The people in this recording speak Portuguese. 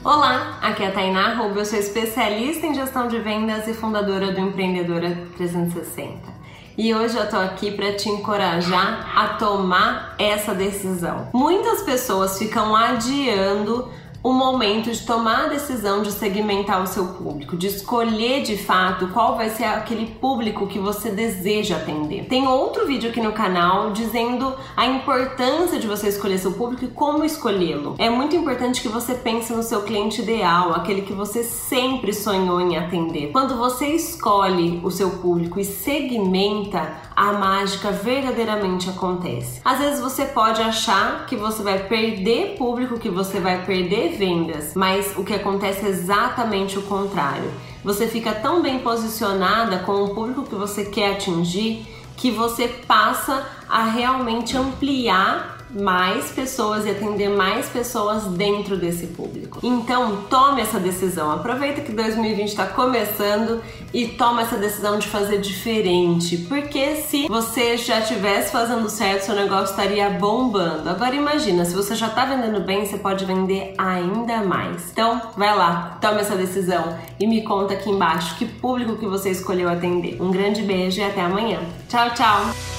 Olá, aqui é a Tainá Rubio, eu sou especialista em gestão de vendas e fundadora do Empreendedora 360. E hoje eu tô aqui para te encorajar a tomar essa decisão. Muitas pessoas ficam adiando o momento de tomar a decisão de segmentar o seu público, de escolher de fato qual vai ser aquele público que você deseja atender. Tem outro vídeo aqui no canal dizendo a importância de você escolher seu público e como escolhê-lo. É muito importante que você pense no seu cliente ideal, aquele que você sempre sonhou em atender. Quando você escolhe o seu público e segmenta, a mágica verdadeiramente acontece. Às vezes você pode achar que você vai perder público, que você vai perder vendas, mas o que acontece é exatamente o contrário. Você fica tão bem posicionada com o público que você quer atingir que você passa a realmente ampliar mais pessoas e atender mais pessoas dentro desse público. Então, tome essa decisão. Aproveita que 2020 está começando e toma essa decisão de fazer diferente, porque se você já estivesse fazendo certo, seu negócio estaria bombando. Agora imagina, se você já está vendendo bem, você pode vender ainda mais. Então, vai lá, toma essa decisão e me conta aqui embaixo que público que você escolheu atender. Um grande beijo e até amanhã. Tchau, tchau!